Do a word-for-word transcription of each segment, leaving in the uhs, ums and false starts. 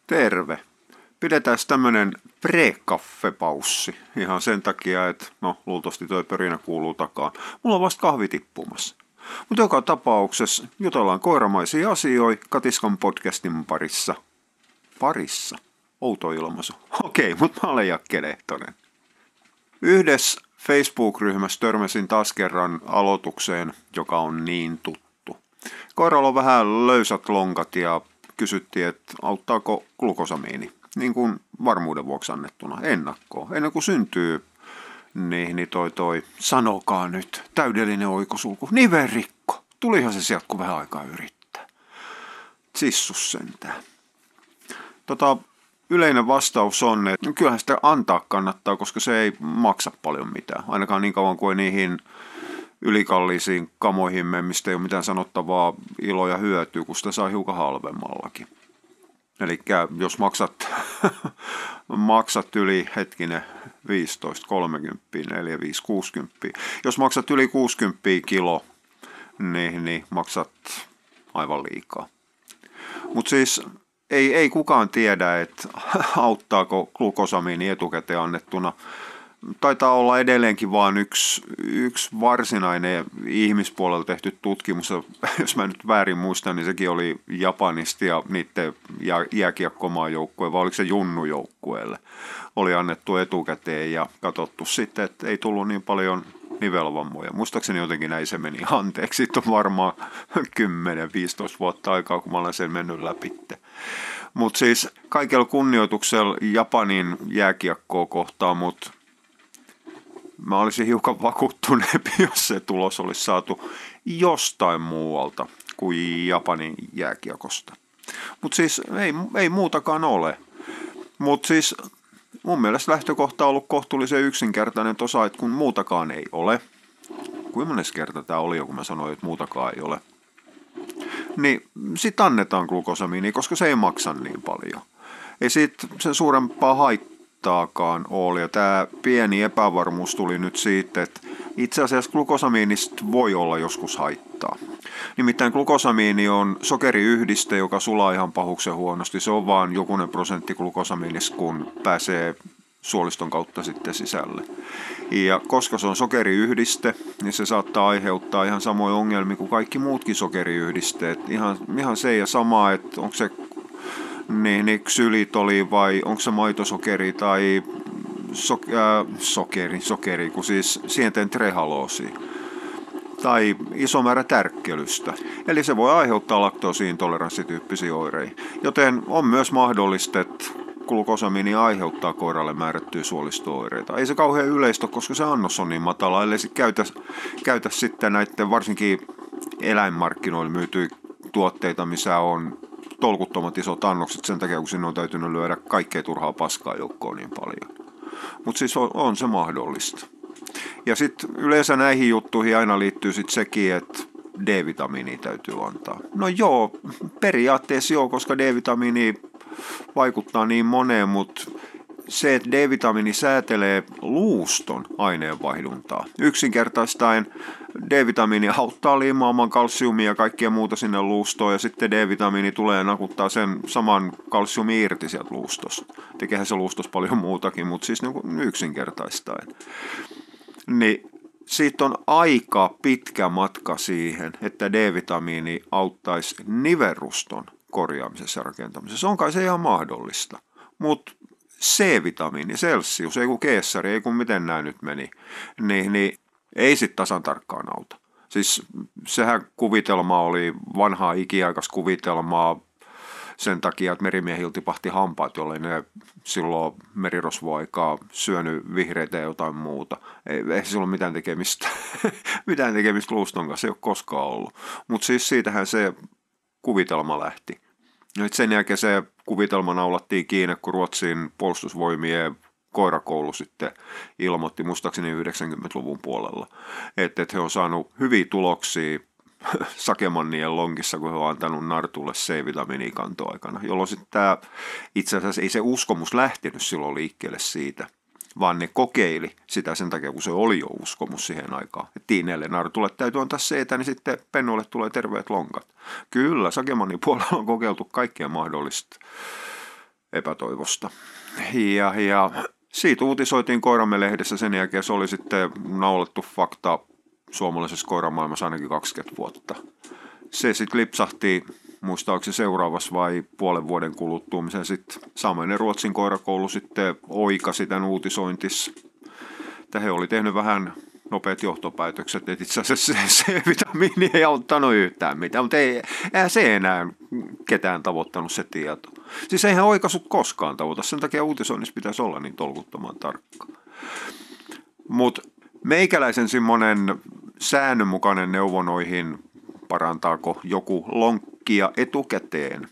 Terve. Pidetään tämmönen pre-kaffepaussi ihan sen takia, että no luultavasti toi pörinä kuuluu takaan. Mulla on vasta kahvi tippumassa. Mutta joka tapauksessa jutellaan koiramaisia asioita Katiskan podcastin parissa. Parissa? Outo ilmaisu. Okei, mutta mä olen Jakke Lehtonen. Yhdessä Facebook-ryhmässä törmäsin taas kerran aloitukseen, joka on niin tuttu. Koiralla on vähän löysät lonkat ja kysyttiin, että auttaako glukosamiini, niin kuin varmuuden vuoksi annettuna, ennakkoon, ennen kuin syntyy, niin, niin toi toi, sanokaa nyt, täydellinen oikosulku, nivelrikko, tulihan se sieltä, kun vähän aikaa yrittää. Sissus sentään. Tota, yleinen vastaus on, että kyllähän sitä antaa kannattaa, koska se ei maksa paljon mitään, ainakaan niin kauan kuin niihin ylikalliisiin kamoihin me, mistä ei ole mitään sanottavaa ilo ja hyötyä, kun sitä saa hiukan halvemmallakin. Eli jos maksat, maksat yli hetkinen viisitoista, kolmekymmentä, neljä, viisi, kuusikymmentä. Jos maksat yli kuusikymmentä kilo, niin, niin maksat aivan liikaa. Mutta siis ei, ei kukaan tiedä, että auttaako glukosamiini etukäteen annettuna. Taitaa olla edelleenkin vain yksi, yksi varsinainen ihmispuolella tehty tutkimus. Jos mä nyt väärin muistan, niin sekin oli Japanista ja niiden jääkiekkomaajoukkueen, vai oliko se junnujoukkueelle, oli annettu etukäteen ja katsottu sitten, että ei tullut niin paljon nivelvammoja. Muistaakseni jotenkin näin se meni anteeksi. Sitten on varmaan kymmenen viisitoista vuotta aikaa, kun mä olen sen mennyt läpi. Mutta siis kaikella kunnioituksella Japanin jääkiekkoa kohtaan, mutta mä olisin hiukan vakuuttuneempi, jos se tulos olisi saatu jostain muualta kuin Japanin jääkiekosta. Mutta siis ei, ei muutakaan ole. Mutta siis mun mielestä lähtökohta on ollut kohtuullisen yksinkertainen tosa, että kun muutakaan ei ole. Kuinka monessa kertaa tämä oli jo, kun mä sanoin, että muutakaan ei ole. Niin sit annetaan glukosamiini, koska se ei maksa niin paljon. Ei siitä sen suurempaa haittaa ole. Ja tämä pieni epävarmuus tuli nyt siitä, että itse asiassa glukosamiinista voi olla joskus haittaa. Nimittäin glukosamiini on sokeriyhdiste, joka sulaa ihan pahuksen huonosti. Se on vaan jokunen prosentti glukosamiinista, kun pääsee suoliston kautta sitten sisälle. Ja koska se on sokeriyhdiste, niin se saattaa aiheuttaa ihan samoja ongelmia kuin kaikki muutkin sokeriyhdisteet. Ihan, ihan se ja sama, että onko se niin, niin ksylitoli vai onko se maitosokeri tai so, äh, sokeri, sokeri, kun siis sienten trehaloosi tai iso määrä tärkkelystä. Eli se voi aiheuttaa laktoosiintoleranssityyppisiä oireita. Joten on myös mahdollista, että glukosamiini aiheuttaa koiralle määrättyjä suolisto-oireita. Ei se kauhean yleistä, koska se annos on niin matala, ellei se käytä, käytä sitten näiden varsinkin eläinmarkkinoilla myytyjä tuotteita, missä on tolkuttomat isot annokset sen takia, kun sinne on täytynyt lyödä kaikkea turhaa paskaa joukkoon niin paljon. Mutta siis on, on se mahdollista. Ja sitten yleensä näihin juttuihin aina liittyy sitten sekin, että D-vitamiinia täytyy antaa. No joo, periaatteessa joo, koska D-vitamiini vaikuttaa niin moneen, mutta se, että D-vitamiini säätelee luuston aineenvaihduntaa. Yksinkertaistaen D-vitamiini auttaa liimaamaan kalsiumia ja kaikkea muuta sinne luustoon, ja sitten D-vitamiini tulee ja nakuttaa sen saman kalsiumin irti sieltä luustosta. Tekehän se luustos paljon muutakin, mutta siis niin yksinkertaistaen. Niin siitä on aika pitkä matka siihen, että D-vitamiini auttaisi nivelruston korjaamisessa ja rakentamisessa. On kai se ihan mahdollista, mutta C-vitamiini, Celsius, ei kun keessari, ei kun miten nämä nyt meni, niin, niin ei sitten tasan tarkkaan auta. Siis sehän kuvitelma oli vanhaa ikiaikas kuvitelmaa sen takia, että merimiehillä tipahti hampaat, jollei ne silloin merirosvoaikaa syönyt vihreitä ja jotain muuta. Ei, ei sillä ole mitään tekemistä, mitään tekemistä luuston kanssa, ei ole koskaan ollut. Mutta siis siitähän se kuvitelma lähti. Nyt sen jälkeen se kuvitelma naulattiin kiinni, kun Ruotsin puolustusvoimien koirakoulu sitten ilmoitti muistaakseni yhdeksänkymmentäluvun puolella, että, että he on saanut hyviä tuloksia sakemannien lonkissa, kun he on antanut nartulle C-vitamiinia kantoaikana, jolloin sitten tämä itse asiassa ei se uskomus lähtenyt silloin liikkeelle siitä, vaan ne kokeili sitä sen takia, kun se oli jo uskomus siihen aikaan. Että tiineelle nartulle täytyy antaa C-tä, niin sitten pennuille tulee terveet lonkat. Kyllä, sakemannin puolella on kokeiltu kaikkea mahdollista epätoivosta. Ja, ja siitä uutisoitiin Koiramme-lehdessä, sen jälkeen se oli sitten naulattu fakta suomalaisessa koiramaailmassa ainakin kaksikymmentä vuotta. Se sitten lipsahti muistaakseni seuraavassa vai puolen vuoden kuluttua, missä sitten samainen Ruotsin koirakoulu sitten oikasi tämän uutisointis. He oli tehnyt vähän nopeat johtopäätökset, että itse asiassa C-vitamiini ei auttanut yhtään mitään, mutta ei, eihän se enää ketään tavoittanut se tieto. Siis eihän oikaisut koskaan tavoita, sen takia uutisoinnissa pitäisi olla niin tolkuttoman tarkka. Mutta meikäläisen semmoinen säännönmukainen neuvonoihin, parantaako joku lonkkia etukäteen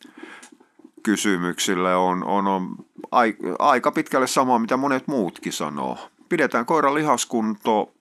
kysymyksille, on, on, on aika pitkälle samaa, mitä monet muutkin sanoo. Pidetään koiran lihaskunto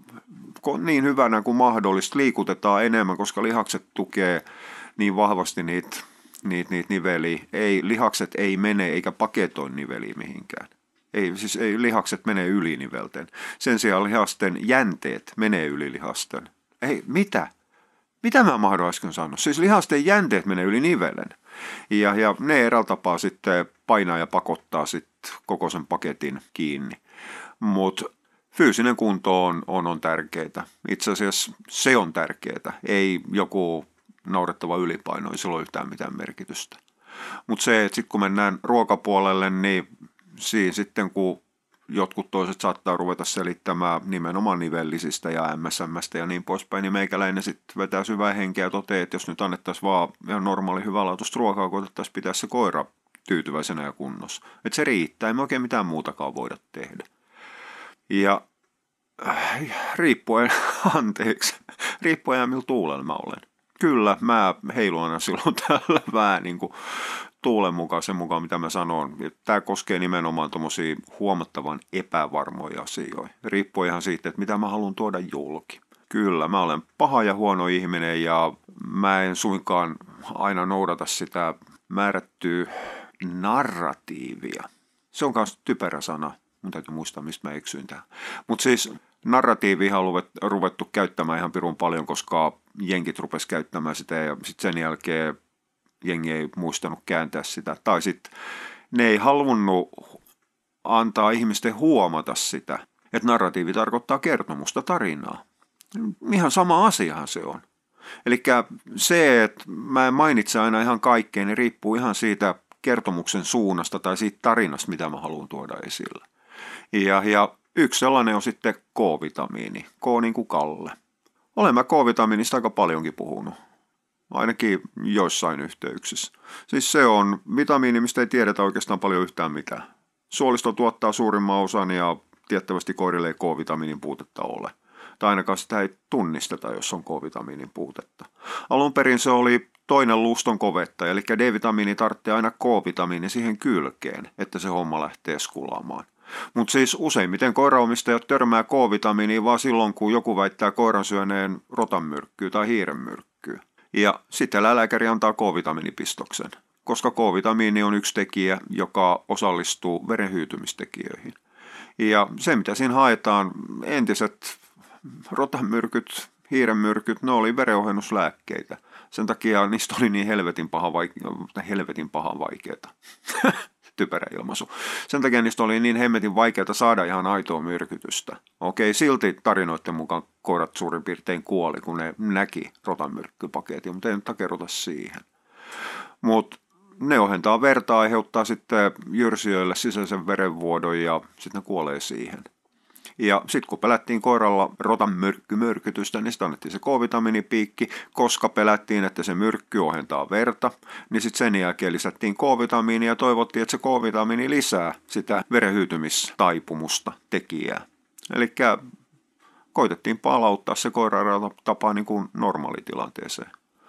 niin hyvänä kuin mahdollista, liikutetaan enemmän, koska lihakset tukee niin vahvasti niitä, niitä, niitä niveliä. Ei, lihakset ei mene eikä paketoi niveliä mihinkään. Ei, siis ei, lihakset menee yli nivelten. Sen sijaan lihasten jänteet menee yli lihasten. Ei, mitä? Mitä mä mahdon äsken sanoa? Siis lihasten jänteet menee yli nivelen. Ja, ja ne eräällä tapaa sitten painaa ja pakottaa sitten koko sen paketin kiinni. Mutta fyysinen kunto on, on, on tärkeää. Itse asiassa se on tärkeää. Ei joku naurettava ylipaino, ei sillä ole yhtään mitään merkitystä. Mutta se, että sitten kun mennään ruokapuolelle, niin siinä sitten kun jotkut toiset saattaa ruveta selittämään nimenomaan nivellisistä ja M S M:stä ja niin poispäin, niin meikäläinen sitten vetää syvää henkeä ja toteaa, että jos nyt annettaisiin vaan ihan normaali hyvälaatuista ruokaa, koetettaisiin pitää se koira tyytyväisenä ja kunnossa. Että se riittää, ei me oikein mitään muutakaan voida tehdä. Ja äh, riippuen, anteeksi, riippuen millä tuulella mä olen. Kyllä, mä heilun aina silloin tällä vähän niin kuin tuulen mukaan, sen mukaan mitä mä sanon. Tämä koskee nimenomaan tuommoisia huomattavan epävarmoja asioita. Riippuu ihan siitä, että mitä mä haluan tuoda julki. Kyllä, mä olen paha ja huono ihminen ja mä en suinkaan aina noudata sitä määrättyä narratiivia. Se on myös typerä sana. Mun täytyy muistaa, mistä mä eksyin tähän. Mutta siis narratiivia on ruvettu käyttämään ihan pirun paljon, koska jenkit rupes käyttämään sitä ja sitten sen jälkeen jengi ei muistanut kääntää sitä. Tai sitten ne ei halunnut antaa ihmisten huomata sitä, että narratiivi tarkoittaa kertomusta, tarinaa. Ihan sama asiahan se on. Eli se, että mä en mainitse aina ihan kaikkea, niin riippuu ihan siitä kertomuksen suunnasta tai siitä tarinasta, mitä mä haluan tuoda esille. Ja, ja yksi sellainen on sitten K-vitamiini, K niin kuin Kalle. Olen mä K-vitamiinista aika paljonkin puhunut, ainakin joissain yhteyksissä. Siis se on vitamiini, mistä ei tiedetä oikeastaan paljon yhtään mitään. Suolisto tuottaa suurimman osan ja tiettävästi koirille ei K-vitamiinin puutetta ole. Tai ainakaan sitä ei tunnisteta, jos on K-vitamiinin puutetta. Alun perin se oli toinen luuston kovettaja, eli D-vitamiini tarvitsee aina K-vitamiini siihen kylkeen, että se homma lähtee skulaamaan. Mutta siis useimmiten koiraomistajat törmää K-vitamiiniin vaan silloin, kun joku väittää koiran syöneen rotanmyrkkyä tai hiirenmyrkkyä. Ja sitten eläinlääkäri antaa K-vitamiinipistoksen, koska K-vitamiini on yksi tekijä, joka osallistuu veren hyytymistekijöihin. Ja se, mitä siinä haetaan, entiset rotanmyrkyt, hiirenmyrkyt, ne oli verenohennuslääkkeitä. Sen takia niistä oli niin helvetin paha, vaike- helvetin paha vaikeeta. Typerä ilmaisu. Sen takia niistä oli niin hemmetin vaikeaa saada ihan aitoa myrkytystä. Okei, silti tarinoiden mukaan koirat suurin piirtein kuoli, kun ne näki rotanmyrkkypaketin, mutta ei nyt takerrota siihen. Mutta ne ohentaa verta, aiheuttaa sitten jyrsijöille sisäisen verenvuodon ja sitten ne kuolee siihen. Ja sitten kun pelättiin koiralla rotanmyrkkymyrkytystä, niin sitten annettiin se K-vitamiinipiikki, koska pelättiin, että se myrkky ohentaa verta, niin sitten sen jälkeen lisättiin K-vitamiinia ja toivottiin, että se K-vitamiini lisää sitä verenhyytymistaipumusta tekijää. Eli koitettiin palauttaa se koira tapaa niin kuin normaalitilanteeseen.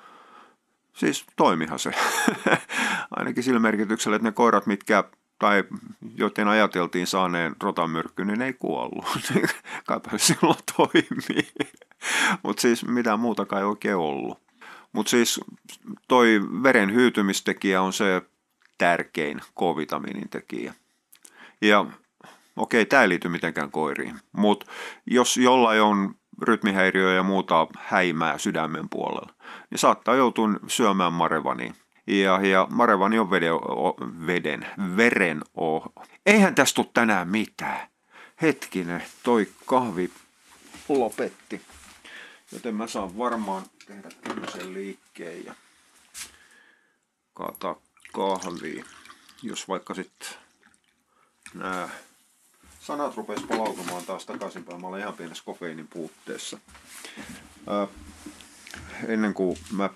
Siis toimihan se. Ainakin sillä merkityksellä, että ne koirat, mitkä tai joten ajateltiin saaneen rotanmyrkky, niin ei kuollut. Kaipa silloin toimii. Mutta siis mitään muutakaan ei oikein ollut. Mutta siis toi veren hyytymistekijä on se tärkein K-vitamiinin tekijä. Ja okei, tämä ei liity mitenkään koiriin. Mutta jos jollain on rytmihäiriö ja muuta häimää sydämen puolella, niin saattaa joutua syömään marevania. Ja, ja Marevani on veden, o, veden veren o. Eihän tästä tule tänään mitään. Hetkinen, toi kahvi lopetti. Joten mä saan varmaan tehdä tämmöisen liikkeen ja kaataa kahvia. Jos vaikka sitten nämä sanat rupes palautumaan taas takaisinpäin. Mä olen ihan pienessä kofeiinin puutteessa. Ää, ennen kuin mä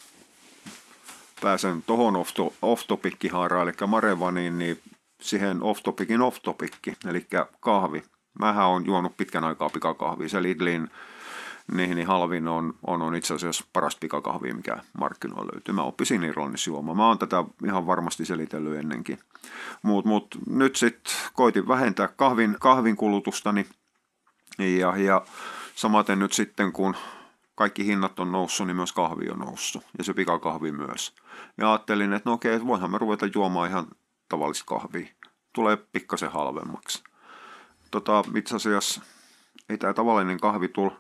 pääsen tohon off-topikkihaaraan, eli Marevaniin, niin siihen off-topikin off-topikki, eli kahvi. Mähän on juonut pitkän aikaa pikakahvia. Se Lidlin niin, niin halvin on, on, on itse asiassa paras pikakahvi, mikä markkinoilla löytyy. Mä oppisin Irlannissa juomaan. Mä oon tätä ihan varmasti selitellyt ennenkin. Mutta mut, nyt sitten koitin vähentää kahvin, kahvin kulutustani. Ja, ja samaten nyt sitten, kun kaikki hinnat on noussut, niin myös kahvi on noussut. Ja se pikakahvi myös. Ja ajattelin, että no okei, että voihan me ruveta juomaan ihan tavallista kahvia. Tulee pikkasen halvemmaksi. Tota, itse asiassa ei tämä tavallinen kahvi tule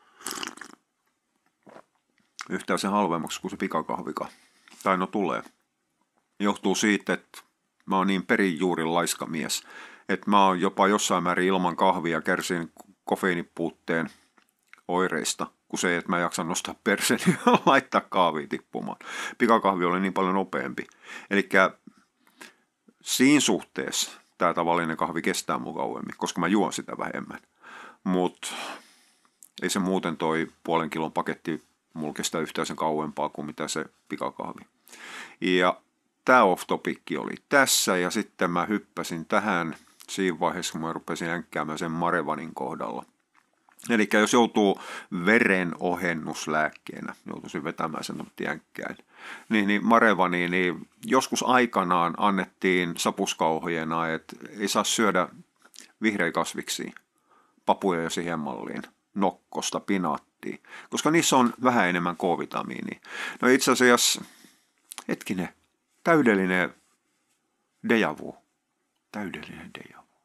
yhtään sen halvemmaksi kuin se pikakahvika. Tai no tulee. Johtuu siitä, että mä oon niin perinjuurin laiska mies, että mä oon jopa jossain määrin ilman kahvia kärsin kofeiinipuutteen oireista, kuin se, että mä jaksan nostaa perseen ja laittaa kahvia tippumaan. Pikakahvi oli niin paljon nopeampi. Eli siinä suhteessa tämä tavallinen kahvi kestää mun kauemmin, koska mä juon sitä vähemmän. Mutta ei se muuten toi puolen kilon paketti mulla kestää yhtään sen kauempaa kuin mitä se pikakahvi. Ja tämä off-topikki oli tässä ja sitten mä hyppäsin tähän siinä vaiheessa, kun mä rupesin jänkkäämään sen Marevanin kohdalla. Eli jos joutuu verenohennuslääkkeenä, joutuisin vetämään sen jänkkään, niin, niin Marevani, niin joskus aikanaan annettiin sapuskaohjeena, että ei saa syödä vihreä kasviksi, papuja ja siihen malliin, nokkosta, pinaattia, koska niissä on vähän enemmän K-vitamiinia. No itse asiassa, hetkinen, täydellinen déjà vu. Täydellinen déjà vu.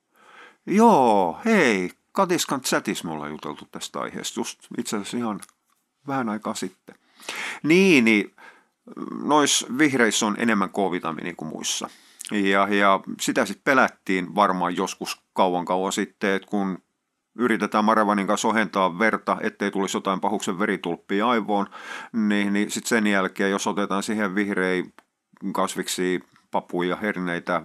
Joo, hei, Katiskan chatissa me ollaan juteltu tästä aiheesta, just itse asiassa ihan vähän aikaa sitten. Niin, niin noissa vihreissä on enemmän K-vitamiinia kuin muissa. Ja, ja sitä sitten pelättiin varmaan joskus kauan kauan sitten, että kun yritetään Marevanin kanssa ohentaa verta, ettei tulisi jotain pahuksen veritulppia aivoon, niin, niin sitten sen jälkeen, jos otetaan siihen vihreä kasviksi papuja, herneitä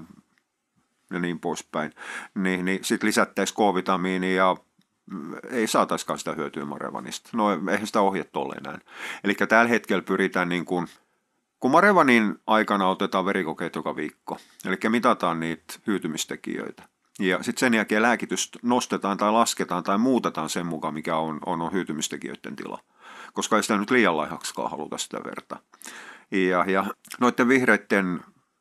ja niin poispäin, niin, niin sitten lisättäisiin K-vitamiinia ja ei saataisikaan sitä hyötyä Marevanista. No eihän sitä ohjetta ole enää. Eli tällä hetkellä pyritään niin kuin, kun Marevanin aikana otetaan verikokeet joka viikko, eli mitataan niitä hyytymistekijöitä. Ja sitten sen jälkeen lääkitystä nostetaan tai lasketaan tai muutetaan sen mukaan, mikä on, on, on hyytymistekijöiden tila. Koska ei sitä nyt liian laihaksikaan haluta sitä verta. Ja, ja noiden vihreiden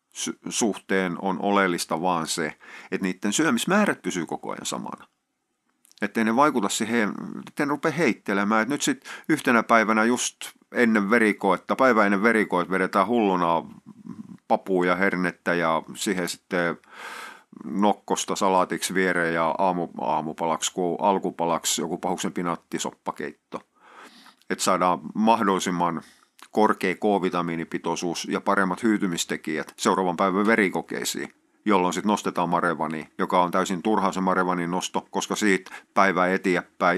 suhteen on oleellista vaan se, että niiden syömismäärät pysyy koko ajan samana. Että ne vaikuta siihen, että ne rupea heittelemään. Et nyt sitten yhtenä päivänä just ennen verikoetta, päivä ennen verikoetta vedetään hulluna papuja, hernettä ja siihen sitten nokkosta salaatiksi viereen ja aamu, aamupalaksi kuin alkupalaksi joku pahuksen pinaattisoppakeitto. Että saadaan mahdollisimman korkea K-vitamiinipitoisuus ja paremmat hyytymistekijät seuraavan päivän verikokeisiin, jolloin sitten nostetaan Marevani, joka on täysin turha se Marevanin nosto, koska siitä päivää eteenpäin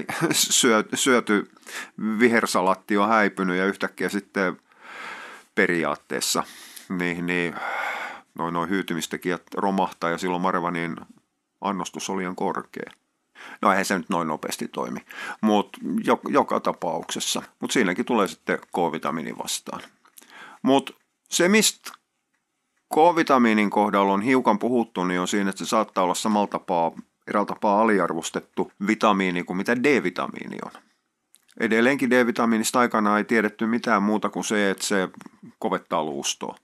syöty vihersalaatti on häipynyt ja yhtäkkiä sitten periaatteessa niin, niin noin noi hyytymistekijät romahtaa ja silloin Marevanin annostus oli liian korkea. No eihän se nyt noin nopeasti toimi, mutta joka tapauksessa. Mutta siinäkin tulee sitten K-vitamiini vastaan. Mutta se, mistä K-vitamiinin kohdalla on hiukan puhuttu, niin on siinä, että se saattaa olla samalla tapaa, eräällä tapaa aliarvostettu vitamiini kuin mitä D-vitamiini on. Edelleenkin D-vitamiinista aikana ei tiedetty mitään muuta kuin se, että se kovettaa luustoa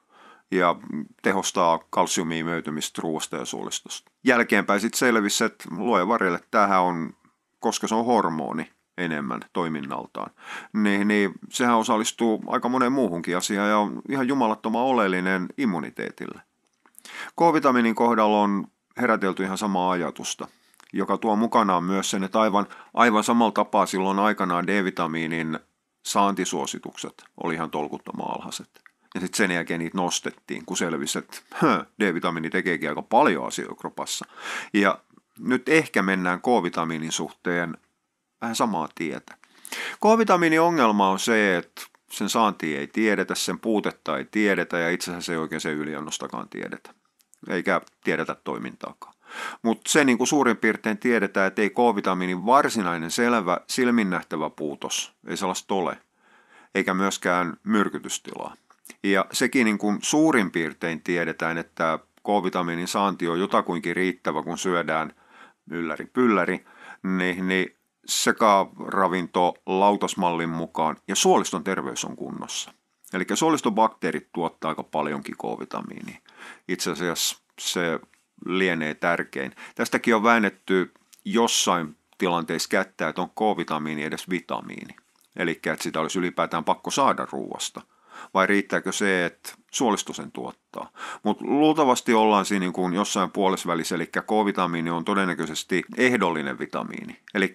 ja tehostaa kalsiumia imeytymistä ruoasta ja suolistosta. Jälkeenpäin sitten selvisi, että luoja varrelle tämähän on, koska se on hormoni enemmän toiminnaltaan, niin, niin sehän osallistuu aika moneen muuhunkin asiaan ja on ihan jumalattoman oleellinen immuniteetille. K-vitamiinin kohdalla on herätelty ihan samaa ajatusta, joka tuo mukanaan myös sen, että aivan, aivan samalla tapaa silloin aikanaan D-vitamiinin saantisuositukset oli ihan tolkuttoman alhaiset. Ja sitten sen jälkeen niitä nostettiin, kun selvisi, että D-vitamiini tekeekin aika paljon asioita kropassa. Ja nyt ehkä mennään K-vitamiinin suhteen vähän samaa tietä. K-vitamiinin ongelma on se, että sen saantia ei tiedetä, sen puutetta ei tiedetä ja itse asiassa ei oikein sen yliannostakaan tiedetä. Eikä tiedetä toimintaakaan. Mutta se niin kuin suurin piirtein tiedetään, että ei K-vitamiinin varsinainen selvä silminnähtävä puutos, ei sellaista ole, eikä myöskään myrkytystilaa. Ja sekin niin kuin suurin piirtein tiedetään, että K-vitamiinin saanti on jotakuinkin riittävä, kun syödään ylläri pylläri, niin, niin sekaravinto lautasmallin mukaan ja suoliston terveys on kunnossa. Eli suolistobakteerit tuottaa aika paljonkin K-vitamiinia. Itse asiassa se lienee tärkein. Tästäkin on väännetty jossain tilanteissa kättä, että on K-vitamiini edes vitamiini. Eli että sitä olisi ylipäätään pakko saada ruuasta. Vai riittääkö se, että suolisto sen tuottaa? Mutta luultavasti ollaan siinä niin kuin jossain puolesvälissä, eli K-vitamiini on todennäköisesti ehdollinen vitamiini. Eli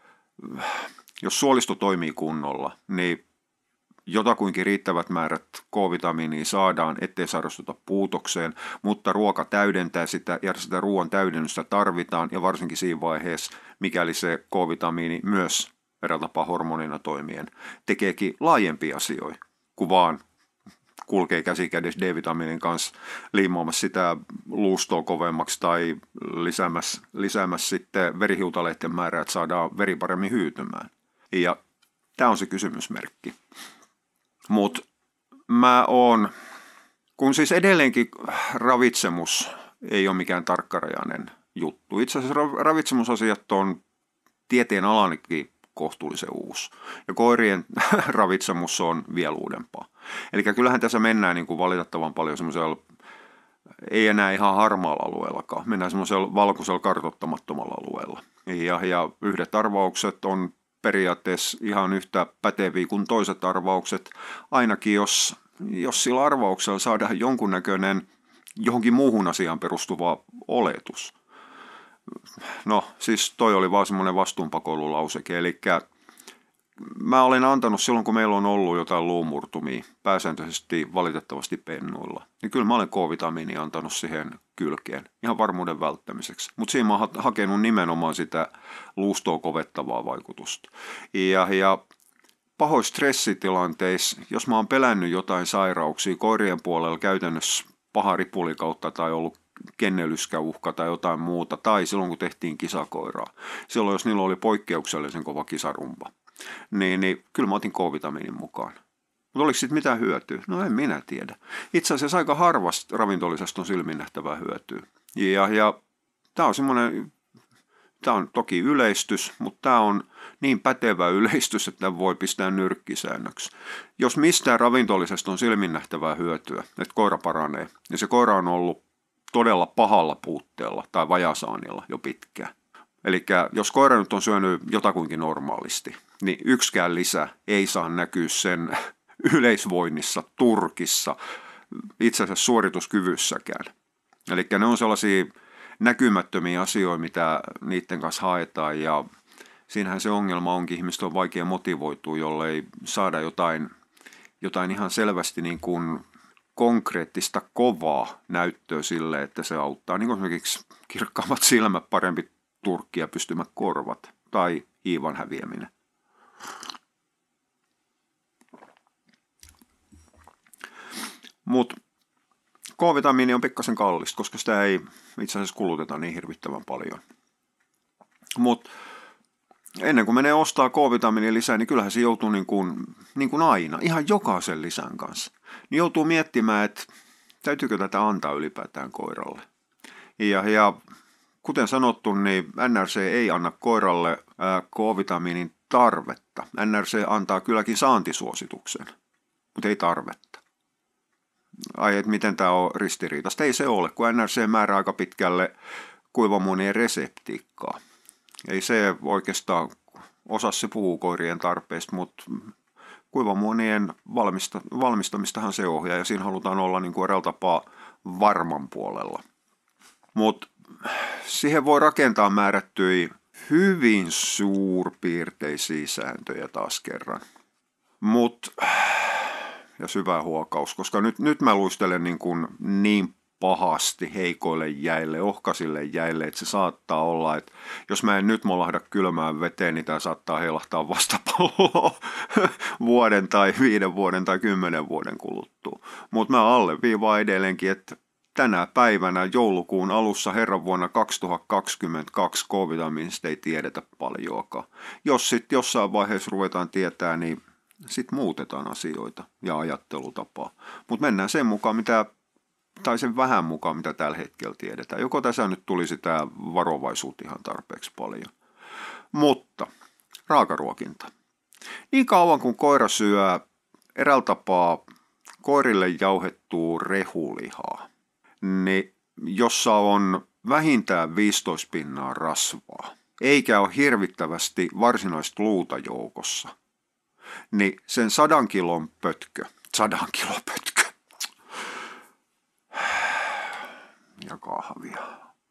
jos suolisto toimii kunnolla, niin jotakuinkin riittävät määrät K-vitamiinia saadaan, ettei sairastuta puutokseen, mutta ruoka täydentää sitä ja sitä ruoan täydennystä tarvitaan ja varsinkin siinä vaiheessa, mikäli se K-vitamiini myös eräällä tapaa hormonina toimien tekeekin laajempia asioita kuin vaan kulkee käsi kädessä D-vitamiinin kanssa liimaamassa sitä luustoa kovemmaksi tai lisäämässä, lisäämässä sitten verihiutaleiden määrää, että saadaan veri paremmin hyytymään. Ja tämä on se kysymysmerkki. Mutta mä oon, kun siis edelleenkin ravitsemus ei ole mikään tarkkarajainen juttu. Itse asiassa ravitsemusasiat on tieteen alanikin kohtuullisen uusi. Ja koirien ravitsemus on vielä uudempaa. Eli kyllähän tässä mennään niin kuin valitettavan paljon semmoisella, ei enää ihan harmaalla alueellakaan, mennään semmoisella valkoisella kartoittamattomalla alueella. Ja, ja yhdet arvaukset on periaatteessa ihan yhtä päteviä kuin toiset arvaukset, ainakin jos, jos sillä arvauksella saadaan jonkunnäköinen johonkin muuhun asiaan perustuva oletus. No siis toi oli vaan semmoinen vastuunpakoilulauseke, eli mä olen antanut silloin, kun meillä on ollut jotain luumurtumia, pääsääntöisesti valitettavasti pennuilla, niin kyllä mä olen K-vitamiini antanut siihen kylkeen ihan varmuuden välttämiseksi. Mutta siinä mä oon hakenut nimenomaan sitä luustoa kovettavaa vaikutusta. Ja, ja pahoissa stressitilanteissa, jos mä oon pelännyt jotain sairauksia koirien puolella käytännössä paha ripulikautta tai ollut kennelyskäuhka tai jotain muuta, tai silloin kun tehtiin kisakoiraa, silloin jos niillä oli poikkeuksellisen kova kisarumpa, niin, niin kyllä mä otin K-vitamiinin mukaan. Mutta oliko siitä mitään hyötyä? No en minä tiedä. Itse asiassa aika harvasta ravintollisesta on silminnähtävää hyötyä. Ja, ja tämä on semmoinen, tämä on toki yleistys, mutta tämä on niin pätevä yleistys, että voi pistää nyrkkisäännöksi. Jos mistään ravintollisesta on silminnähtävää hyötyä, että koira paranee, ja se koira on ollut todella pahalla puutteella tai vajasaannilla jo pitkään. Eli jos koira nyt on syönyt jotakuinkin normaalisti, niin yksikään lisä ei saa näkyä sen yleisvoinnissa, turkissa, itse asiassa suorituskyvyssäkään. Eli ne on sellaisia näkymättömiä asioita, mitä niiden kanssa haetaan, ja siinähän se ongelma onkin, ihmistä on vaikea motivoitua, jollei saada jotain, jotain ihan selvästi niin kuin konkreettista kovaa näyttöä sille, että se auttaa. Niin kuin esimerkiksi kirkkaammat silmät, parempi turkki ja pystymät korvat tai hiivan häviäminen. Mutta K-vitamiini on pikkasen kallista, koska sitä ei itse asiassa kuluteta niin hirvittävän paljon. Mutta ennen kuin menee ostaa K-vitamiinin lisää, niin kyllähän se joutuu niin kuin, niin kuin aina, ihan jokaisen lisän kanssa. Niin joutuu miettimään, että täytyykö tätä antaa ylipäätään koiralle. Ja, ja kuten sanottu, niin N R C ei anna koiralle K-vitamiinin tarvetta. N R C antaa kylläkin saantisuosituksen, mutta ei tarvetta. Ai, että miten tämä on ristiriitaista? Ei se ole, kun N R C määrää aika pitkälle kuivamuonien reseptiikkaa. Ei se oikeastaan osaa se puhua koirien tarpeista, mutta kuivamuonien valmista, valmistamistahan se ohjaa ja siinä halutaan olla niin kuin eräällä tapaa varman puolella. Mutta siihen voi rakentaa määrättyjä hyvin suurpiirteisiä sääntöjä taas kerran. Mutta ja syvä huokaus, koska nyt, nyt mä luistelen niin, kuin niin pahasti heikoille jäille, ohkaisille jäille, että se saattaa olla, että jos mä en nyt molahda kylmään veteen, niin tämä saattaa heilahtaa vastapalloa vuoden tai viiden vuoden tai kymmenen vuoden kuluttua. Mutta mä alleviivaan edelleenkin, että tänä päivänä joulukuun alussa herran vuonna kaksituhattakaksikymmentäkaksi K-vitamiinista ei tiedetä paljoakaan. Jos sitten jossain vaiheessa ruvetaan tietää, niin sitten muutetaan asioita ja ajattelutapaa. Mutta mennään sen mukaan, mitä, tai sen vähän mukaan, mitä tällä hetkellä tiedetään. Joko tässä nyt tulisi tämä varovaisuus ihan tarpeeksi paljon. Mutta raakaruokinta. Niin kauan kuin koira syö eräällä tapaa koirille jauhettua rehulihaa, niin jossa on vähintään viisitoista pinnaa rasvaa, eikä ole hirvittävästi varsinaista luuta joukossa, niin sen sadan kilon pötkö, sadan kilon pötkö ja kahvia.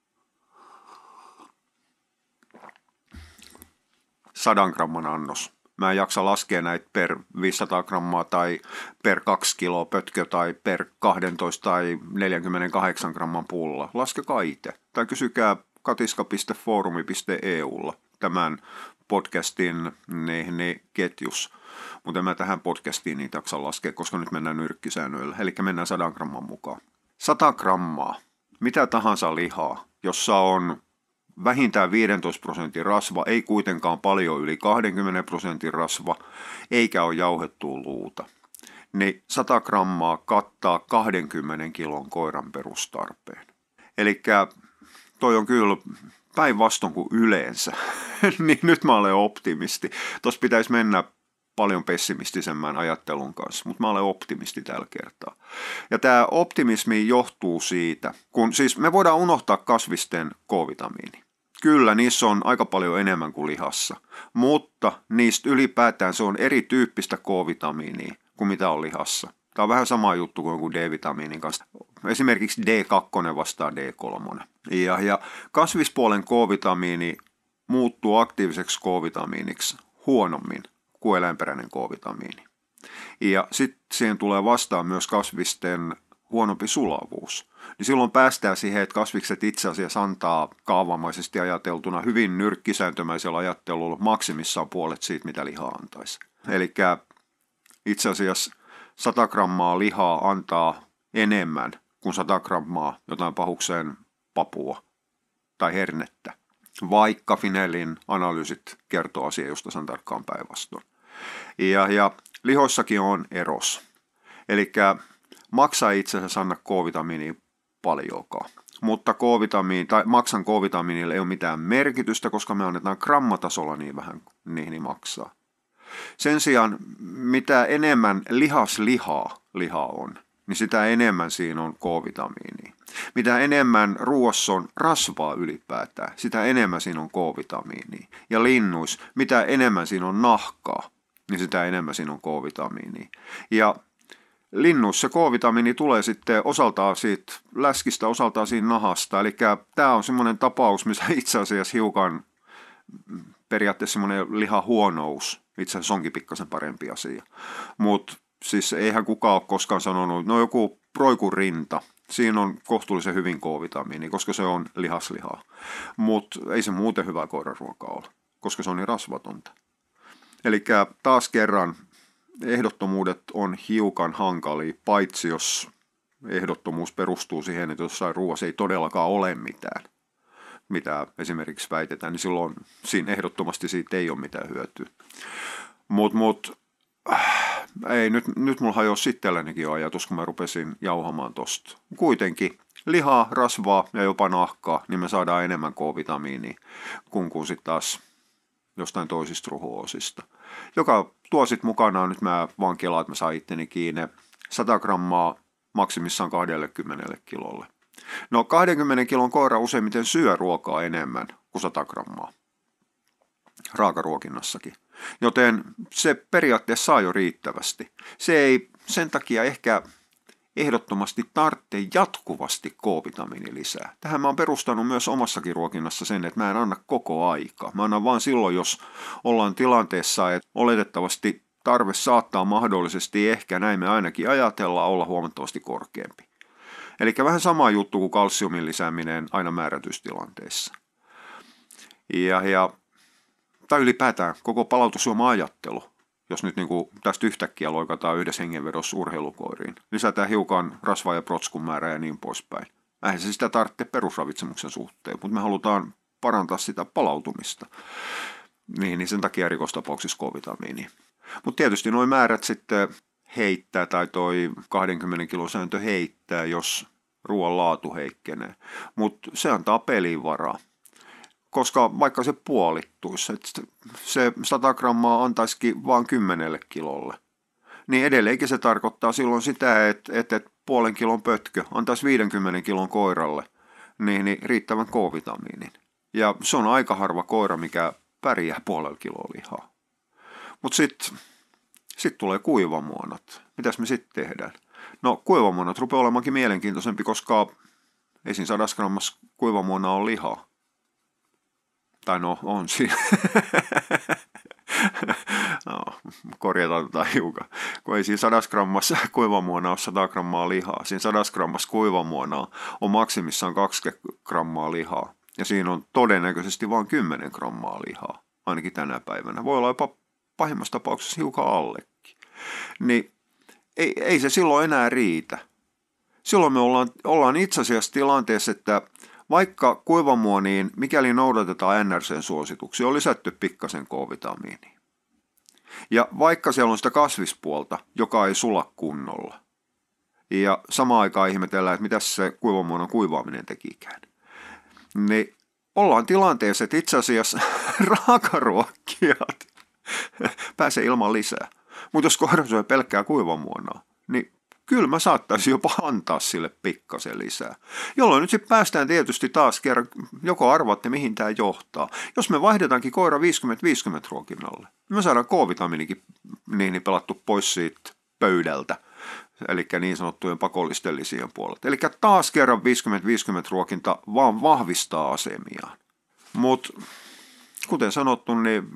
Sadan gramman annos. Mä en jaksa laskea näitä per viisisataa grammaa tai per kaksi kiloa pötkö tai per kaksitoista tai neljäkymmentäkahdeksan gramman pulla. Laskekaa itse. Tai kysykää katiska piste foorumi piste e u:lla tämän podcastin niin, niin, ketjus. Mutta mä tähän podcastiin niitä jaksa laskea, koska nyt mennään nyrkkisäännöillä. Eli mennään sadan gramman mukaan. sata grammaa. Mitä tahansa lihaa, jossa on vähintään viisitoista prosentin rasva, ei kuitenkaan paljon yli kaksikymmentä prosentin rasva, eikä ole jauhettua luuta. Niin sata grammaa kattaa kaksikymmentä kilon koiran perustarpeen. Eli toi on kyllä päinvastoin kuin yleensä. Niin nyt mä olen optimisti. Tuossa pitäisi mennä paljon pessimistisemmän ajattelun kanssa, mutta mä olen optimisti tällä kertaa. Ja tämä optimismi johtuu siitä, kun siis me voidaan unohtaa kasvisten K-vitamiini. Kyllä, niissä on aika paljon enemmän kuin lihassa, mutta niistä ylipäätään se on erityyppistä K-vitamiinia kuin mitä on lihassa. Tämä on vähän sama juttu kuin D-vitamiinin kanssa. Esimerkiksi D kaksi vastaa D kolme. Ja, ja kasvispuolen K-vitamiini muuttuu aktiiviseksi K-vitamiiniksi huonommin kuin eläinperäinen K-vitamiini. Ja sitten siihen tulee vastaan myös kasvisten huonompi sulavuus. Niin silloin päästään siihen, että kasvikset itse asiassa antaa kaavamaisesti ajateltuna hyvin nyrkkisääntömäisellä ajattelulla maksimissaan puolet siitä, mitä liha antaisi. Eli itse asiassa sata grammaa lihaa antaa enemmän kuin sata grammaa jotain pahukseen papua tai hernettä, vaikka Finellin analyysit kertoo asiaa, josta sen tarkkaan päinvastoin. Ja, ja lihoissakin on eros. Eli maksaa itse asiassa anna K-vitamiinia paljonkaan. Mutta K-vitamiini, tai maksan K-vitamiinille ei ole mitään merkitystä, koska me annetaan grammatasolla niin vähän niihin maksaa. Sen sijaan, mitä enemmän lihaslihaa liha on, niin sitä enemmän siinä on K-vitamiinia. Mitä enemmän ruoassa on rasvaa ylipäätään, sitä enemmän siinä on K-vitamiinia. Ja linnuissa, mitä enemmän siinä on nahkaa, niin sitä enemmän siinä on K-vitamiinia. Ja linnuissa K-vitamiini tulee sitten osaltaan siitä läskistä, osaltaan siinä nahasta. Eli tämä on semmoinen tapaus, missä itse asiassa hiukan periaatteessa semmoinen lihahuonous itse asiassa onkin pikkasen parempi asia. Mutta siis eihän kukaan ole koskaan sanonut, no joku roikun rinta, siinä on kohtuullisen hyvin K-vitamiini, koska se on lihaslihaa. Mutta ei se muuten hyvä koiraruokaa ole, koska se on niin rasvatonta. Eli taas kerran ehdottomuudet on hiukan hankalia, paitsi jos ehdottomuus perustuu siihen, että jossain ruoassa ei todellakaan ole mitään, mitä esimerkiksi väitetään, niin silloin siinä ehdottomasti siitä ei ole mitään hyötyä. Mutta mut, äh, ei, nyt, nyt mulla hajosi itsellänikin jo ajatus, kun mä rupesin jauhamaan tosta. Kuitenkin lihaa, rasvaa ja jopa nahkaa, niin me saadaan enemmän K-vitamiinia kuin kun sitten taas jostain toisista ruhoosista. Joka tuo sitten mukanaan, nyt mä vaan kelaan, että mä saan itteni kiinni, sata grammaa maksimissaan kaksikymmentä kilolle. No kaksikymmentä kilon koira useimmiten syö ruokaa enemmän kuin sata grammaa raakaruokinnassakin. Joten se periaatteessa saa jo riittävästi. Se ei sen takia ehkä ehdottomasti tarvitse jatkuvasti K-vitamiini lisää. Tähän mä oon perustanut myös omassakin ruokinnassa sen, että mä en anna koko aikaa. Mä annan vaan silloin, jos ollaan tilanteessa, että oletettavasti tarve saattaa mahdollisesti ehkä, näin me ainakin ajatellaan, olla huomattavasti korkeampi. Eli vähän sama juttu kuin kalsiumin lisääminen aina määrätystilanteissa. Ja, ja, tai ylipäätään koko palautusjuoma-ajattelu, jos nyt niin kuin tästä yhtäkkiä loikataan yhdessä hengenvedossa urheilukoiriin, lisätään hiukan rasvaa ja protskun määrää ja niin poispäin. Eihän se sitä tarvitse perusravitsemuksen suhteen, mutta me halutaan parantaa sitä palautumista. Niin, niin sen takia rikostapauksissa K-vitamiini. Mutta tietysti nuo määrät sitten heittää tai toi kaksikymmentä kilon sääntö heittää, jos ruoan laatu heikkenee. Mutta se antaa peliin varaa. Koska vaikka se puolittuisi, että se sata grammaa antaisikin vain kymmenelle kilolle, niin edelleenkin se tarkoittaa silloin sitä, että, että puolen kilon pötkö antaisi viidenkymmenen kilon koiralle niin, niin riittävän K-vitamiinin. Ja se on aika harva koira, mikä pärjää puolella kiloa lihaa. Mutta sitten sit tulee kuivamuonat. Mitäs me sitten tehdään? No kuivamuonat rupeaa olemaankin mielenkiintoisempi, koska ei siinä sadas grammassa kuivamuona ole lihaa. Tai no, on siinä. No, korjataan tätä hiukan. Kun ei siinä sadas grammassa kuivamuonaa ole sata grammaa lihaa. Siinä sadas grammassa kuivamuonaa on maksimissaan kaksikymmentä grammaa lihaa. Ja siinä on todennäköisesti vain kymmenen grammaa lihaa. Ainakin tänä päivänä. Voi olla jopa pahimmassa tapauksessa hiukan allekin. Niin ei, ei se silloin enää riitä. Silloin me ollaan, ollaan itse asiassa tilanteessa, että vaikka kuivamuoniin, mikäli noudatetaan N R C:n suosituksia, on lisätty pikkasen K-vitamiinia. Ja vaikka siellä on sitä kasvispuolta, joka ei sula kunnolla. Ja samaan aikaan ihmetellään, että mitä se kuivamuonon kuivaaminen tekikään. Niin ollaan tilanteessa, että itse asiassa raakaruokkijat pääsee ilman lisää. Mutta jos koira syö pelkkää kuivamuonaa, niin kyllä mä saattaisin jopa antaa sille pikkasen lisää. Jolloin nyt sitten päästään tietysti taas kerran, joko arvaatte mihin tämä johtaa. Jos me vaihdetaankin koira viisikymmentä viisikymmentä ruokinnalle, niin me saadaan K-vitamiinikin niin pelattu pois siitä pöydältä. Eli niin sanottujen pakollisten lisien puolelta. Eli taas kerran viisikymmentä viisikymmentä ruokinta vaan vahvistaa asemiaan. Mutta kuten sanottu, niin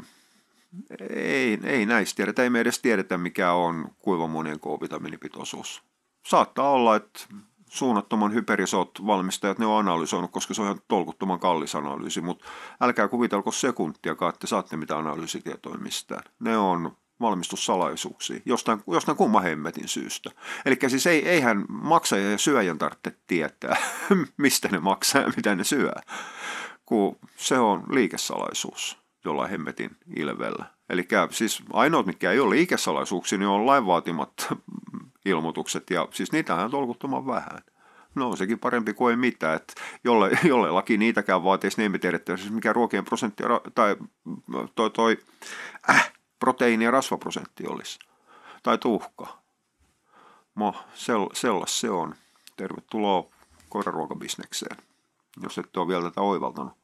ei, ei näistä tiedetä. Ei me edes tiedetä, mikä on kuivamuonien K-vitamiinipitoisuus. Saattaa olla, että suunnattoman hyperisot valmistajat ne on analysoinut, koska se on ihan tolkuttoman kallis analyysi. Mutta älkää kuvitelko sekuntiakaan, että saatte mitä analyysitietoja mistään. Ne on valmistussalaisuuksia, jostain, jostain kumman hemmetin syystä. Eli siis ei, eihän maksaja ja syöjän tarvitse tietää, mistä ne maksaa ja mitä ne syö, kun se on liikesalaisuus jollain hemmetin ilvellä. Eli siis ainoat, mitkä ei ole liikesalaisuuksia, niin on lain vaatimat ilmoitukset, ja siis niitähän on tolkuttoman vähän. No sekin parempi kuin ei mitään, että jolle, jolle laki niitäkään vaatisi, niin emme tiedetä, siis mikä ruokien prosentti tai toi, toi äh, proteiini- ja rasvaprosentti olisi. Tai tuhka. No, sell, sellas se on. Tervetuloa koiraruokabisnekseen, jos ette ole vielä tätä oivaltanut.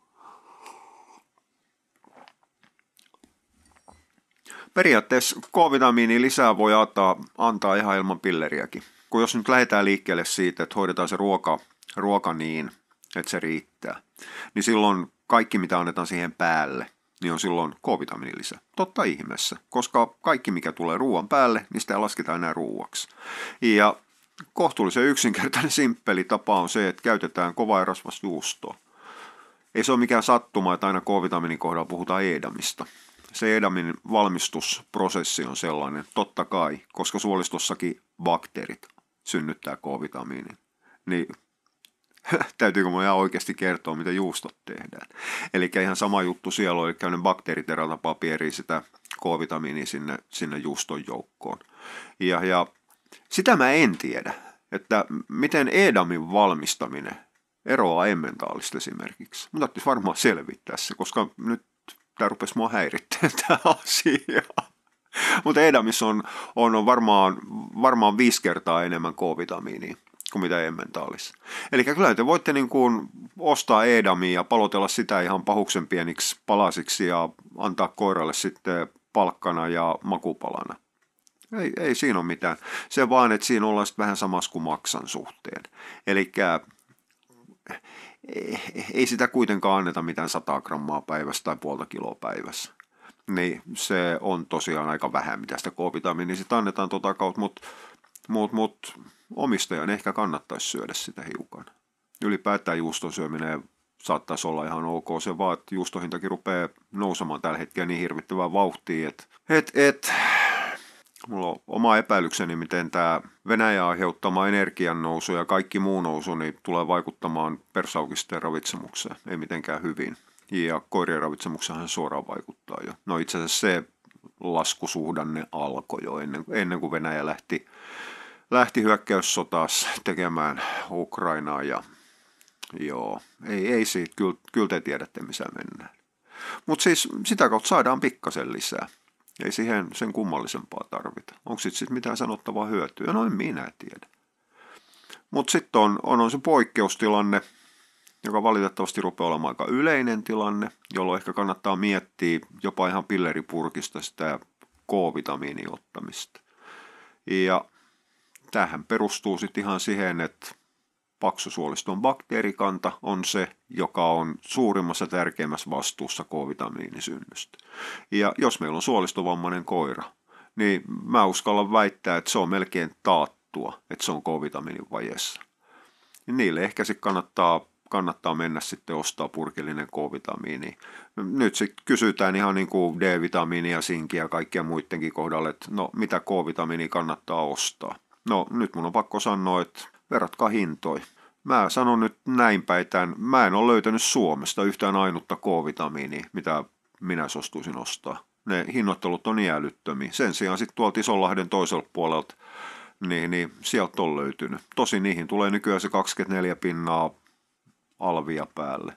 Periaatteessa K-vitamiini lisää voi antaa, antaa ihan ilman pilleriäkin. Kun jos nyt lähdetään liikkeelle siitä, että hoidetaan se ruoka, ruoka niin, että se riittää, niin silloin kaikki, mitä annetaan siihen päälle, niin on silloin K-vitamiinilisä. Totta ihmeessä, koska kaikki, mikä tulee ruoan päälle, niin sitä lasketaan enää ruuaksi. Ja kohtuullisen yksinkertainen simppeli tapa on se, että käytetään kovaa ja rasvasta juustoa. Ei se ole mikään sattuma, että aina K-vitamiinin kohdalla puhutaan edamista. Se edamin valmistusprosessi on sellainen, totta kai, koska suolistossakin bakteerit synnyttää K-vitamiinin. Niin täytyykö minun ihan oikeasti kertoa, mitä juustot tehdään. Eli ihan sama juttu siellä on, eli ne bakteerit eräällä tapaa pierii sitä K-vitamiinia sinne, sinne juuston joukkoon. Ja, ja sitä mä en tiedä, että miten edamin valmistaminen eroaa emmentaalista esimerkiksi. Mun täytyisi varmaan selvittää se, koska nyt tämä rupesi mua häirittämään tämä asia. Mutta edamissa on, on varmaan, varmaan viisi kertaa enemmän K-vitamiinia kuin mitä emmentaalissa. Eli kyllä te voitte niin kuin ostaa edamia ja palotella sitä ihan pahuksen pieniksi palasiksi ja antaa koiralle sitten palkkana ja makupalana. Ei, ei siinä ole mitään. Se vaan, että siinä ollaan sitten vähän samassa kuin maksan suhteen. Eli ei sitä kuitenkaan anneta mitään sata grammaa päivässä tai puolta kiloa päivässä. niin se on tosiaan aika vähän, mitä sitä K-vitamiinia sitten annetaan tuota kautta, mutta mut, mut, omistajan ehkä kannattaisi syödä sitä hiukan. Ylipäätään juuston syöminen saattaisi olla ihan ok, se vaan, että juustohintakin rupeaa nousemaan tällä hetkellä niin hirvittävää vauhtia, että et, et, mulla on oma epäilykseni, miten tämä Venäjän aiheuttama energian nousu ja kaikki muu nousu niin tulee vaikuttamaan persaukisten ravitsemukseen, ei mitenkään hyvin. Ja koirien ravitsemukseenhan suoraan vaikuttaa jo. No itse asiassa se laskusuhdanne alkoi jo ennen, ennen kuin Venäjä lähti, lähti hyökkäyssotaas tekemään Ukrainaa. Ja joo, ei, ei siitä, kyllä, kyllä te tiedätte missä mennään. Mutta siis sitä kautta saadaan pikkasen lisää. Ei siihen sen kummallisempaa tarvita. Onko sitten sit mitään sanottavaa hyötyä? No en minä tiedä. Mutta sitten on, on, on se poikkeustilanne, joka valitettavasti rupeaa olemaan aika yleinen tilanne, jolloin ehkä kannattaa miettiä jopa ihan pilleripurkista sitä K-vitamiinin ottamista. Ja tämähän perustuu sitten ihan siihen, että paksusuoliston bakteerikanta on se, joka on suurimmassa tärkeimmässä vastuussa K-vitamiinisynnystä. Ja jos meillä on suolistovammainen koira, niin mä uskallan väittää, että se on melkein taattua, että se on K-vitamiinin vajeessa. Ja niille ehkä sitten kannattaa, kannattaa mennä sitten ostaa purkillinen K-vitamiini. Nyt sitten kysytään ihan niin kuin D-vitamiinia, sinkiä ja kaikkia muidenkin kohdalle, että no mitä K-vitamiinia kannattaa ostaa. No nyt mun on pakko sanoa, että verratkaa hintoja. Mä sanon nyt näin päitään, mä en ole löytänyt Suomesta yhtään ainutta K-vitamiinia, mitä minä suostuisin ostaa. Ne hinnoittelut on niin älyttömiä. Sen sijaan sitten tuolta Isonlahden toiselta puolelta, niin, niin sieltä on löytynyt. Tosin niihin tulee nykyään se kaksikymmentäneljä pinnaa alvia päälle.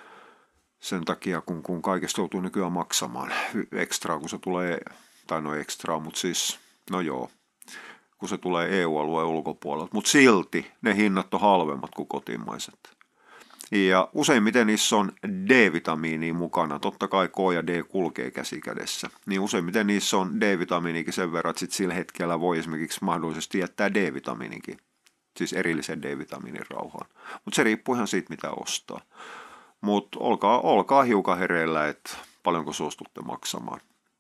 Sen takia, kun, kun kaikesta joutuu nykyään maksamaan ekstraa, kun se tulee, tai no ekstraa, mutta siis, no joo. kun se tulee E U-alueen ulkopuolelta, mutta silti ne hinnat on halvemmat kuin kotimaiset. Ja useimmiten niissä on D-vitamiinia mukana, totta kai K ja D kulkee käsi kädessä, niin useimmiten niissä on D-vitamiinikin sen verran, että sit sillä hetkellä voi esimerkiksi mahdollisesti jättää D-vitamiinikin, siis erillisen D-vitamiinin rauhaan. Mutta se riippuu ihan siitä, mitä ostaa. Mutta olkaa, olkaa hiukan hereillä, että paljonko suostutte maksamaan.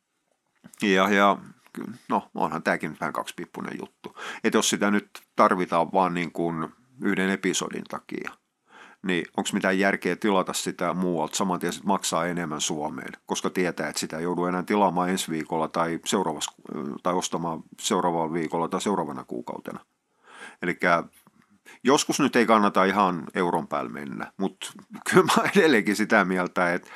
Ja, ja no, onhan tämäkin nyt vähän kaksipippunen juttu. Että jos sitä nyt tarvitaan vaan niin kuin yhden episodin takia, niin onko mitään järkeä tilata sitä muualta, saman tien maksaa enemmän Suomeen, koska tietää, että sitä ei joudu enää tilaamaan ensi viikolla tai, tai ostamaan seuraavalla viikolla tai seuraavana kuukautena. Eli joskus nyt ei kannata ihan euron päälle mennä, mutta kyllä mä edelleenkin sitä mieltä, että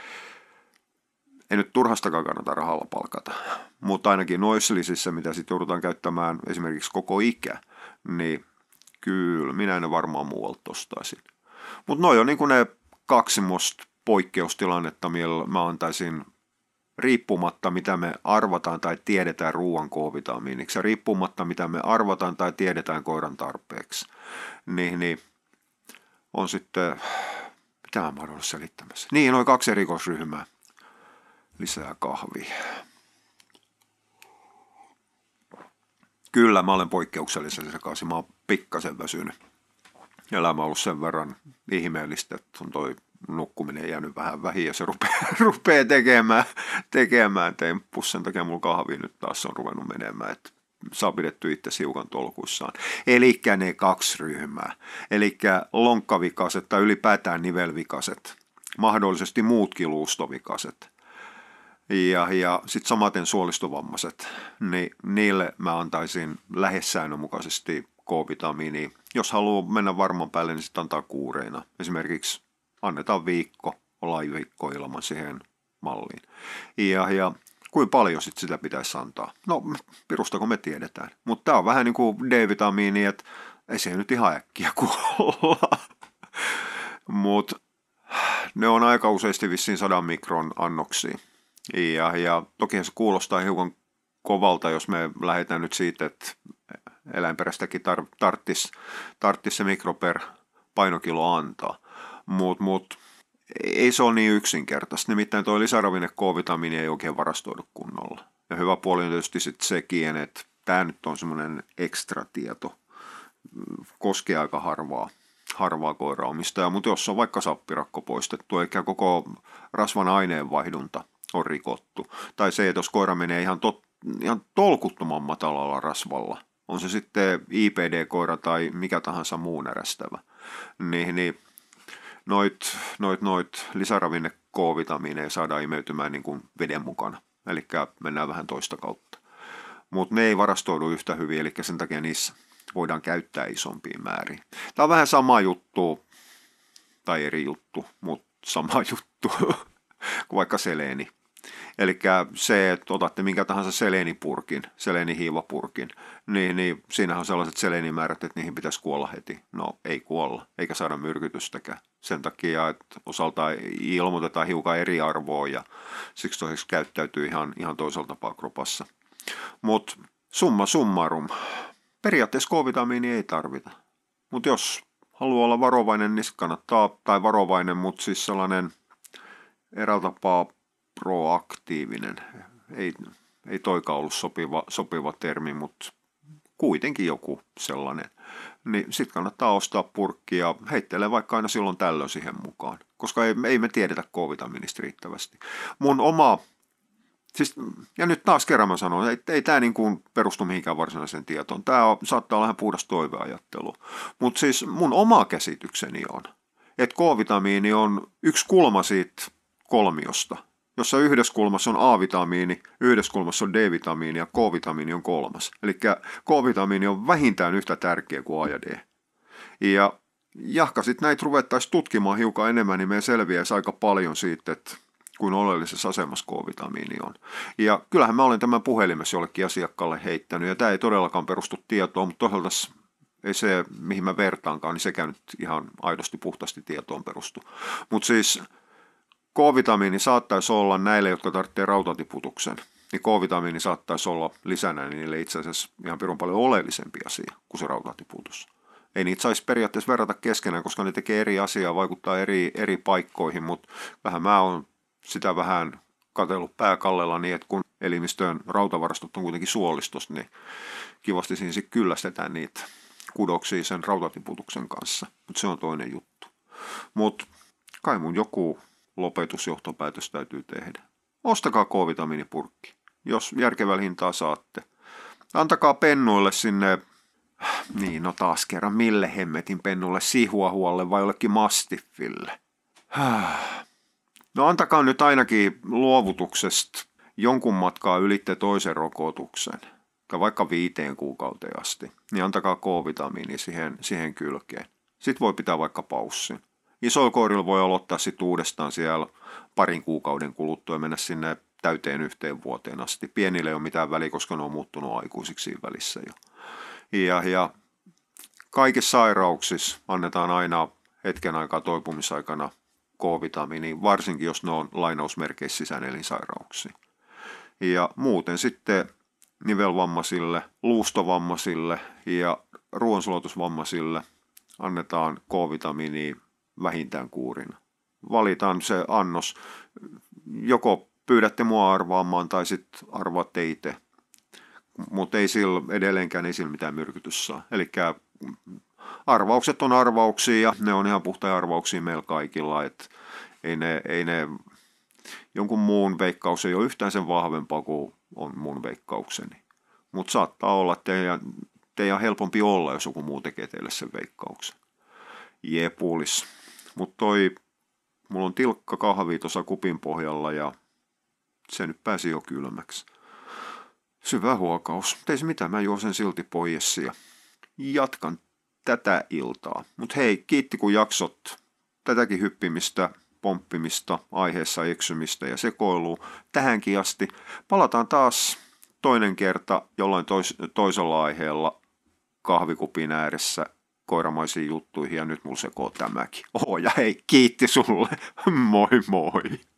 ei nyt turhastakaan kannata rahalla palkata, mutta ainakin noissa lisissä, mitä sitten joudutaan käyttämään esimerkiksi koko ikä, niin kyllä minä en varmaan muualta ostaisin. Mutta noi on niin kuin ne kaksi semmoista poikkeustilannetta, millä mä antaisin riippumatta, mitä me arvataan tai tiedetään ruoan K-vitamiiniksi, ja riippumatta, mitä me arvataan tai tiedetään koiran tarpeeksi, niin, niin on sitten, mitä mä oon ollut selittämässä, niin noin kaksi erikoisryhmää, lisää kahvia. Kyllä, mä olen poikkeuksellisen sekaisin, mä oon pikkasen väsynyt. Elämä on ollut sen verran ihmeellistä, että on toi nukkuminen jäänyt vähän vähin ja se rupeaa, rupeaa tekemään, tekemään temppus. Sen takia mulla kahvi nyt taas on ruvennut menemään, että saa pidetty itse hiukan tolkuissaan. Elikkä ne kaksi ryhmää. Elikkä lonkkavikaset tai ylipäätään nivelvikaset, mahdollisesti muutkin luustovikaset. Ja, ja sitten samaten suolistovammaiset, niin niille mä antaisin lähes säännönmukaisesti K-vitamiinia. Jos haluaa mennä varman päälle, niin sitten antaa kuureina. Esimerkiksi annetaan viikko, ollaan viikko ilman siihen malliin. Ja, ja kuinka paljon sit sitä pitäisi antaa? No, pirustako me tiedetään. Mutta tämä on vähän niin kuin D-vitamiini, että ei se nyt ihan äkkiä kuolla. Mutta ne on aika useasti vissiin sadan mikron annoksia. Ja, ja toki se kuulostaa hiukan kovalta, jos me lähdetään nyt siitä, että eläinperäistäkin tar- tarttisi tarttis se mikro per painokilo antaa. Mutta mut, ei se ole niin yksinkertaista. Nimittäin tuo lisäravinne K-vitamiini ei oikein varastoidu kunnolla. Ja hyvä puoli on tietysti sit sekin, että tämä nyt on semmoinen ekstra tieto. Koskee aika harvaa, harvaa koiraomistajaa, mutta jos on vaikka sappirakko poistettu, eikä koko rasvan aineenvaihdunta on rikottu. Tai se, että jos koira menee ihan, tot, ihan tolkuttoman matalalla rasvalla, on se sitten I P D-koira tai mikä tahansa muu närästävä, niin, niin noit, noit, noit lisäravinne K-vitamiineja saadaan imeytymään niin kuin veden mukana. Eli mennään vähän toista kautta. Mutta ne ei varastoidu yhtä hyvin, eli sen takia niissä voidaan käyttää isompiin määriin. Tämä on vähän sama juttu, tai eri juttu, mutta sama juttu kuin vaikka seleeni. Eli se, että otatte minkä tahansa seleenipurkin, seleenihiivapurkin, niin, niin siinähän on sellaiset seleenimäärät, että niihin pitäisi kuolla heti. No ei kuolla, eikä saada myrkytystäkään. Sen takia, että osalta ilmoitetaan hiukan eri arvoa ja siksi toiseksi käyttäytyy ihan, ihan toisella tapaa kropassa. Mutta summa summarum, periaatteessa K-vitamiinia ei tarvita. Mutta jos haluaa olla varovainen, niin kannattaa, tai varovainen, mutta siis sellainen eräällä tapaa proaktiivinen. Ei, ei toikaan ollut sopiva, sopiva termi, mutta kuitenkin joku sellainen. Niin sitten kannattaa ostaa purkki ja heittelee vaikka aina silloin tällöin siihen mukaan, koska ei, ei me tiedetä K-vitamiinista riittävästi. Mun oma, siis, ja nyt taas kerran mä sanon, että ei tämä niin kuin perustu mihinkään varsinaiseen tietoon. Tämä on, saattaa olla ihan puhdas toiveajattelu. Mutta siis mun oma käsitykseni on, että K-vitamiini on yksi kulma siitä kolmiosta, jossa yhdessä kulmassa on A-vitamiini, yhdessä kulmassa on D-vitamiini ja K-vitamiini on kolmas. Eli K-vitamiini on vähintään yhtä tärkeä kuin A ja D. Ja jahka sitten näitä ruvettaisiin tutkimaan hiukan enemmän, niin meidän selviäisi aika paljon siitä, että kuin oleellisessa asemassa K-vitamiini on. Ja kyllähän mä olen tämän puhelimessa jollekin asiakkaalle heittänyt, ja tämä ei todellakaan perustu tietoon, mutta toisaalta ei se, mihin mä vertaankaan, niin sekään nyt ihan aidosti puhtaasti tietoon perustu. Mutta siis K-vitamiini saattaisi olla näille, jotka tarvitsee rautatiputuksen, niin K-vitamiini saattaisi olla lisänä niille itse asiassa ihan pirun paljon oleellisempi asia kuin se rautatiputus. Ei niitä saisi periaatteessa verrata keskenään, koska ne tekee eri asiaa, vaikuttaa eri, eri paikkoihin, mutta vähän mä oon sitä vähän katsellut pääkallella niin, että kun elimistöön rautavarastot on kuitenkin suolistossa, niin kivasti siinä sitten kyllästetään niitä kudoksia sen rautatiputuksen kanssa, mutta se on toinen juttu. Mutta kai mun joku lopetusjohtopäätös täytyy tehdä. Ostakaa K-vitamiinipurkki, jos järkevällä hintaa saatte. Antakaa pennuille sinne, niin no taas kerran, mille hemmetin pennulle, sihuahualle vai jollekin mastiffille. No antakaa nyt ainakin luovutuksesta jonkun matkaa ylitte toisen rokotuksen, vaikka viiteen kuukauteen asti, niin antakaa K-vitamiini siihen, siihen kylkeen. Sitten voi pitää vaikka paussin. Isoilla koirilla voi aloittaa sitten uudestaan siellä parin kuukauden kuluttua ja mennä sinne täyteen yhteen vuoteen asti. Pienille ei ole mitään väliä, koska ne on muuttunut aikuisiksi siinä välissä jo. Ja, ja kaikissa sairauksissa annetaan aina hetken aikaa toipumisaikana K-vitamiini, varsinkin jos ne on lainausmerkeissä sisäänelinsairauksia. Ja muuten sitten nivelvammaisille, luustovammaisille ja ruoansulatusvammaisille annetaan K-vitamiinia vähintään kuurina. Valitaan se annos, joko pyydätte mua arvaamaan tai sitten arvaatte itse, mutta ei sillä edelleenkään ei sillä mitään myrkytys saa. Eli arvaukset on arvauksia ja ne on ihan puhtaita arvauksia meillä kaikilla, että ei ne, ei ne, jonkun muun veikkaus ei ole yhtään sen vahvempaa kuin on mun veikkaukseni. Mutta saattaa olla, että teidän, teidän on helpompi olla, jos joku muu tekee teille sen veikkauksen. Jepulis. Mutta toi, mulla on tilkka kahvi tuossa kupin pohjalla ja se nyt pääsi jo kylmäksi. Syvä huokaus. Ei se mitään, mä juon sen silti pois ja jatkan tätä iltaa. Mutta hei, kiitti kun jaksot tätäkin hyppimistä, pomppimista, aiheessa eksymistä ja sekoilua tähänkin asti. Palataan taas toinen kerta jollain tois- toisella aiheella kahvikupin ääressä koiramaisiin juttuihin ja nyt mulla sekoo tämäkin. Oh ja hei, kiitti sulle. Moi moi.